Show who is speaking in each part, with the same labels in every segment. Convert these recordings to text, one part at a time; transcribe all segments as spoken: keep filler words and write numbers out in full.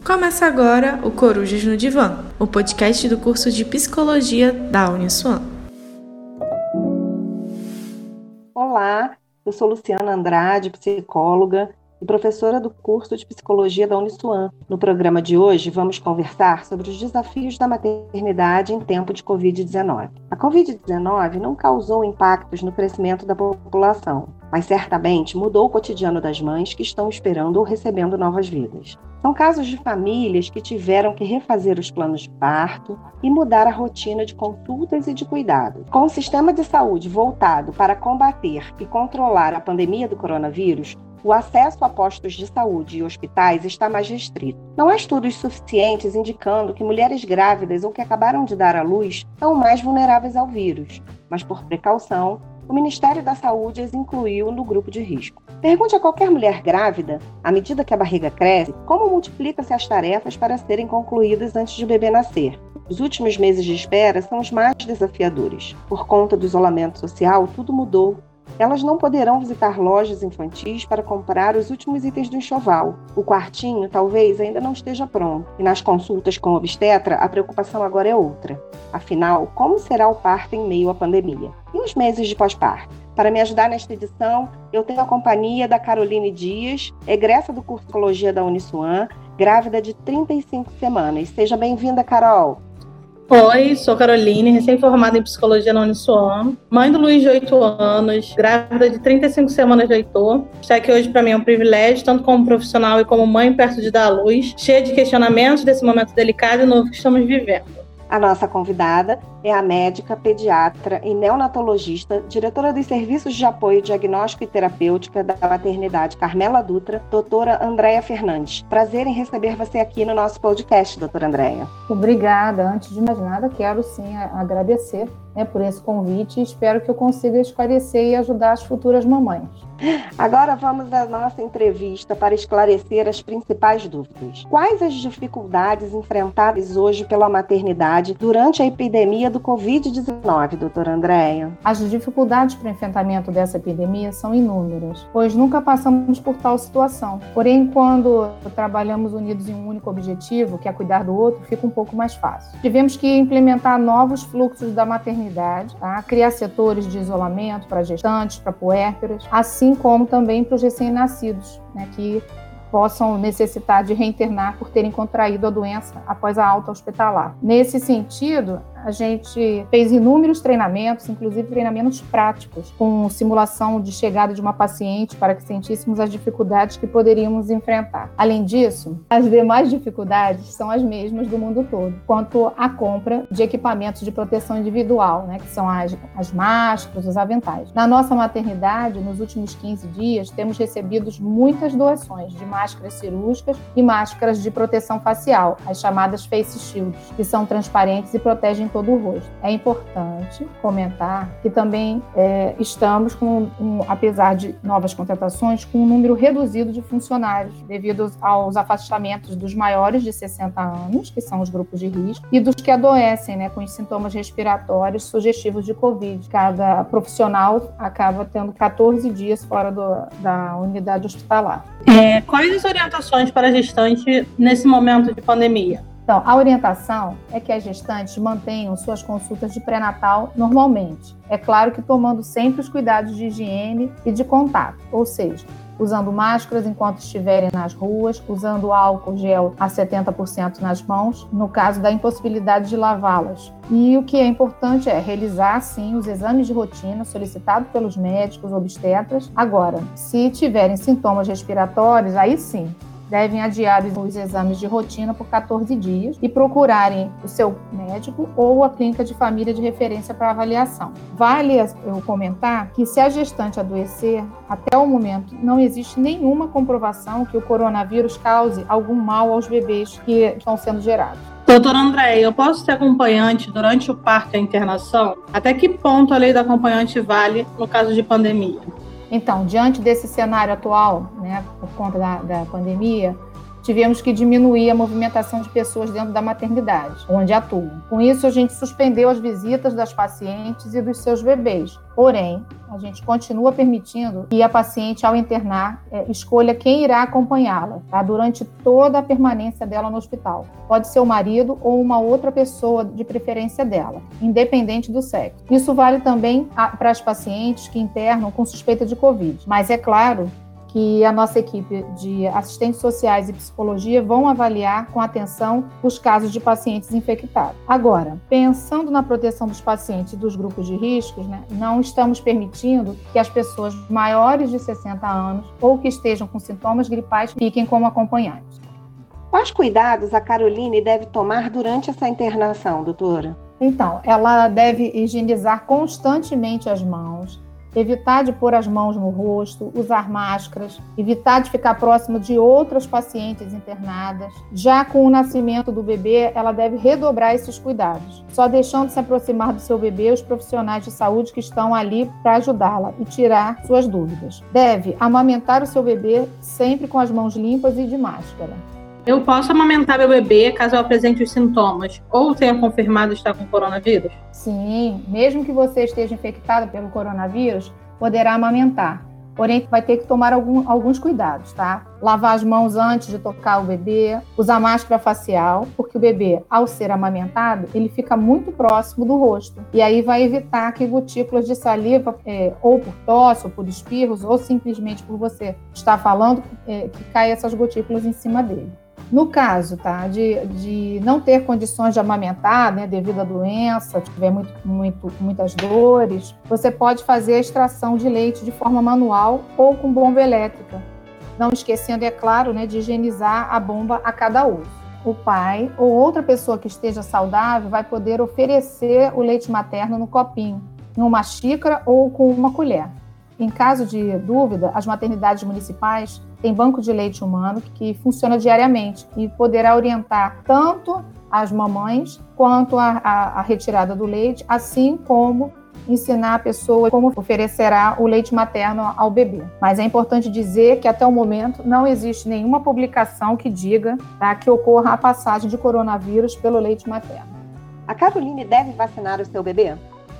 Speaker 1: Começa agora o Corujas no Divã, o podcast do curso de Psicologia da Uniswan.
Speaker 2: Olá, eu sou Luciana Andrade, psicóloga e professora do curso de Psicologia da Uniswan. No programa de hoje, vamos conversar sobre os desafios da maternidade em tempo de covid dezenove. A covid dezenove não causou impactos no crescimento da população, mas certamente mudou o cotidiano das mães que estão esperando ou recebendo novas vidas. São casos de famílias que tiveram que refazer os planos de parto e mudar a rotina de consultas e de cuidados. Com o sistema de saúde voltado para combater e controlar a pandemia do coronavírus, o acesso a postos de saúde e hospitais está mais restrito. Não há estudos suficientes indicando que mulheres grávidas ou que acabaram de dar à luz são mais vulneráveis ao vírus, mas por precaução, o Ministério da Saúde as incluiu no grupo de risco. Pergunte a qualquer mulher grávida, à medida que a barriga cresce, como multiplicam-se as tarefas para serem concluídas antes de o bebê nascer. Os últimos meses de espera são os mais desafiadores. Por conta do isolamento social, tudo mudou. Elas não poderão visitar lojas infantis para comprar os últimos itens do enxoval. O quartinho talvez ainda não esteja pronto. E nas consultas com o obstetra, a preocupação agora é outra. Afinal, como será o parto em meio à pandemia? E os meses de pós-parto? Para me ajudar nesta edição, eu tenho a companhia da Caroline Dias, egressa do curso de Psicologia da Uniswan, grávida de trinta e cinco semanas. Seja bem-vinda, Carol!
Speaker 3: Oi, sou Caroline, recém-formada em Psicologia na Uniswan, mãe do Luiz de oito anos, grávida de trinta e cinco semanas de Heitor. Estar aqui hoje para mim é um privilégio, tanto como profissional e como mãe perto de dar à luz, cheia de questionamentos desse momento delicado e novo que estamos vivendo.
Speaker 2: A nossa convidada é a médica, pediatra e neonatologista, diretora dos Serviços de Apoio Diagnóstico e Terapêutica da Maternidade Carmela Dutra, doutora Andréia Fernandes. Prazer em receber você aqui no nosso podcast, doutora Andréia.
Speaker 4: Obrigada. Antes de mais nada, quero sim agradecer né, por esse convite e espero que eu consiga esclarecer e ajudar as futuras mamães.
Speaker 2: Agora vamos à nossa entrevista para esclarecer as principais dúvidas. Quais as dificuldades enfrentadas hoje pela maternidade durante a epidemia do covid dezenove, doutora Andréia?
Speaker 4: As dificuldades para o enfrentamento dessa epidemia são inúmeras, pois nunca passamos por tal situação. Porém, quando trabalhamos unidos em um único objetivo, que é cuidar do outro, fica um pouco mais fácil. Tivemos que implementar novos fluxos da maternidade, tá? Criar setores de isolamento para gestantes, para puérperas, assim como também para os recém-nascidos, né, que possam necessitar de reinternar por terem contraído a doença após a alta hospitalar. Nesse sentido, a gente fez inúmeros treinamentos, inclusive treinamentos práticos, com simulação de chegada de uma paciente para que sentíssemos as dificuldades que poderíamos enfrentar. Além disso, as demais dificuldades são as mesmas do mundo todo, quanto à compra de equipamentos de proteção individual, né, que são as, as máscaras, os aventais. Na nossa maternidade, nos últimos quinze dias, temos recebido muitas doações de máscaras cirúrgicas e máscaras de proteção facial, as chamadas face shields, que são transparentes e protegem todo o rosto. É importante comentar que também é, estamos, com, um, apesar de novas contratações, com um número reduzido de funcionários, devido aos afastamentos dos maiores de sessenta anos, que são os grupos de risco, e dos que adoecem né, com os sintomas respiratórios sugestivos de Covid. Cada profissional acaba tendo catorze dias fora do, da unidade hospitalar.
Speaker 3: É, quais as orientações para a gestante nesse momento de pandemia?
Speaker 4: Então, a orientação é que as gestantes mantenham suas consultas de pré-natal normalmente. É claro que tomando sempre os cuidados de higiene e de contato, ou seja, usando máscaras enquanto estiverem nas ruas, usando álcool gel a setenta por cento nas mãos, no caso da impossibilidade de lavá-las. E o que é importante é realizar, sim, os exames de rotina solicitados pelos médicos obstetras. Agora, se tiverem sintomas respiratórios, aí sim, devem adiar os exames de rotina por catorze dias e procurarem o seu médico ou a clínica de família de referência para avaliação. Vale eu comentar que se a gestante adoecer, até o momento não existe nenhuma comprovação que o coronavírus cause algum mal aos bebês que estão sendo gerados.
Speaker 3: Doutora Andréia, eu posso ser acompanhante durante o parto e a internação? Até que ponto a lei do acompanhante vale no caso de pandemia?
Speaker 4: Então, diante desse cenário atual, né, por conta da, da pandemia, tivemos que diminuir a movimentação de pessoas dentro da maternidade, onde atuam. Com isso, a gente suspendeu as visitas das pacientes e dos seus bebês. Porém, a gente continua permitindo que a paciente, ao internar, é, escolha quem irá acompanhá-la, tá? Durante toda a permanência dela no hospital. Pode ser o marido ou uma outra pessoa de preferência dela, independente do sexo. Isso vale também para as pacientes que internam com suspeita de Covid. Mas é claro que a nossa equipe de assistentes sociais e psicologia vão avaliar com atenção os casos de pacientes infectados. Agora, pensando na proteção dos pacientes e dos grupos de riscos, né, não estamos permitindo que as pessoas maiores de sessenta anos ou que estejam com sintomas gripais fiquem como acompanhantes.
Speaker 2: Quais cuidados a Caroline deve tomar durante essa internação, doutora?
Speaker 4: Então, ela deve higienizar constantemente as mãos, evitar de pôr as mãos no rosto, usar máscaras, evitar de ficar próximo de outras pacientes internadas. Já com o nascimento do bebê, ela deve redobrar esses cuidados, só deixando se aproximar do seu bebê os profissionais de saúde que estão ali para ajudá-la e tirar suas dúvidas. Deve amamentar o seu bebê sempre com as mãos limpas e de máscara.
Speaker 3: Eu posso amamentar meu bebê caso eu apresente os sintomas ou tenha confirmado estar com coronavírus?
Speaker 4: Sim, mesmo que você esteja infectado pelo coronavírus, poderá amamentar. Porém, vai ter que tomar algum, alguns cuidados, tá? Lavar as mãos antes de tocar o bebê, usar máscara facial, porque o bebê, ao ser amamentado, ele fica muito próximo do rosto. E aí vai evitar que gotículas de saliva, é, ou por tosse, ou por espirros, ou simplesmente por você estar falando, é, que caia essas gotículas em cima dele. No caso, tá, de, de não ter condições de amamentar, né, devido à doença, tiver muito, muito, muitas dores, você pode fazer a extração de leite de forma manual ou com bomba elétrica. Não esquecendo, é claro, né, de higienizar a bomba a cada uso. O pai ou outra pessoa que esteja saudável vai poder oferecer o leite materno no copinho, em uma xícara ou com uma colher. Em caso de dúvida, as maternidades municipais têm banco de leite humano que funciona diariamente e poderá orientar tanto as mamães quanto a, a, a retirada do leite, assim como ensinar a pessoa como oferecerá o leite materno ao bebê. Mas é importante dizer que até o momento não existe nenhuma publicação que diga, tá, que ocorra a passagem de coronavírus pelo leite materno.
Speaker 2: A Caroline deve vacinar o seu bebê?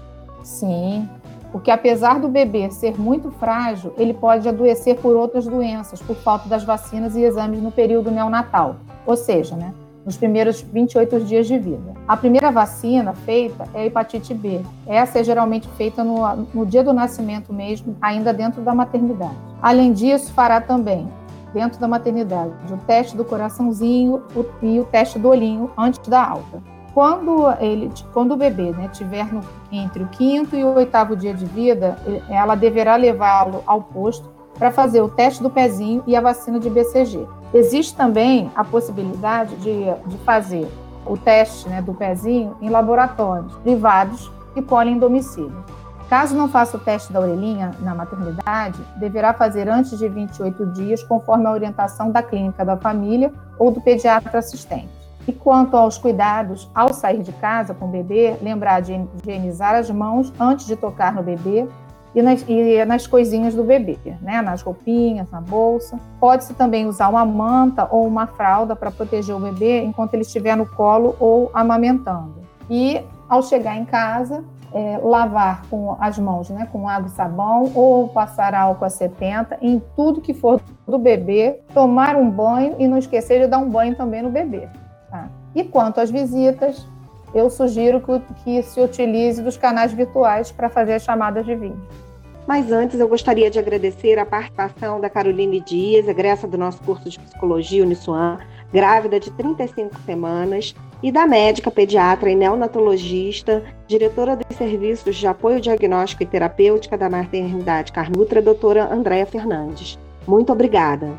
Speaker 4: Sim. Porque apesar do bebê ser muito frágil, ele pode adoecer por outras doenças, por falta das vacinas e exames no período neonatal, ou seja, né, nos primeiros vinte e oito dias de vida. A primeira vacina feita é a hepatite B. Essa é geralmente feita no, no dia do nascimento mesmo, ainda dentro da maternidade. Além disso, fará também, dentro da maternidade, o teste do coraçãozinho e o teste do olhinho antes da alta. Quando, ele, quando o bebê, né, tiver no, entre o quinto e o oitavo dia de vida, ela deverá levá-lo ao posto para fazer o teste do pezinho e a vacina de B C G. Existe também a possibilidade de, de fazer o teste, né, do pezinho em laboratórios privados que colhem em domicílio. Caso não faça o teste da orelhinha na maternidade, deverá fazer antes de vinte e oito dias, conforme a orientação da clínica da família ou do pediatra assistente. E quanto aos cuidados ao sair de casa com o bebê, lembrar de higienizar as mãos antes de tocar no bebê e nas, e nas coisinhas do bebê, né? Nas roupinhas, na bolsa. Pode-se também usar uma manta ou uma fralda para proteger o bebê enquanto ele estiver no colo ou amamentando. E ao chegar em casa, é, lavar com as mãos, né, com água e sabão ou passar álcool a setenta em tudo que for do bebê, tomar um banho e não esquecer de dar um banho também no bebê. Tá? E quanto às visitas, eu sugiro que, que se utilize dos canais virtuais para fazer as chamadas de vídeo.
Speaker 2: Mas antes eu gostaria de agradecer a participação da Caroline Dias, egressa do nosso curso de Psicologia Uniswan, grávida de trinta e cinco semanas, e da médica pediatra e neonatologista, diretora dos serviços de apoio diagnóstico e terapêutica da maternidade Carnutra, doutora Andréia Fernandes. Muito obrigada.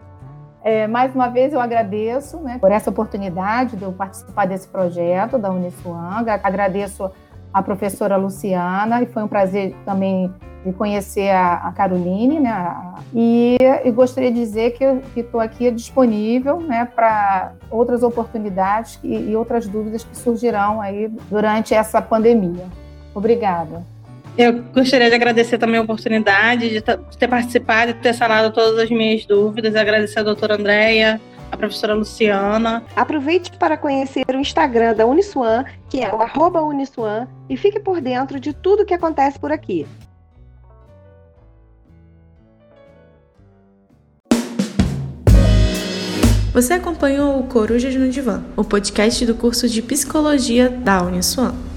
Speaker 4: É, mais uma vez eu agradeço, né, por essa oportunidade de eu participar desse projeto da Uniswan. Agradeço a professora Luciana e foi um prazer também de conhecer a, a Caroline, né, e, e gostaria de dizer que estou aqui disponível, né, para outras oportunidades e, e outras dúvidas que surgirão aí durante essa pandemia. Obrigada.
Speaker 3: Eu gostaria de agradecer também a oportunidade de ter participado e ter sanado todas as minhas dúvidas, agradecer a doutora Andréia, a professora Luciana.
Speaker 2: Aproveite para conhecer o Instagram da Uniswan, que é o arroba Uniswan, e fique por dentro de tudo que acontece por aqui.
Speaker 1: Você acompanhou o Corujas no Divã, o podcast do curso de Psicologia da Uniswan.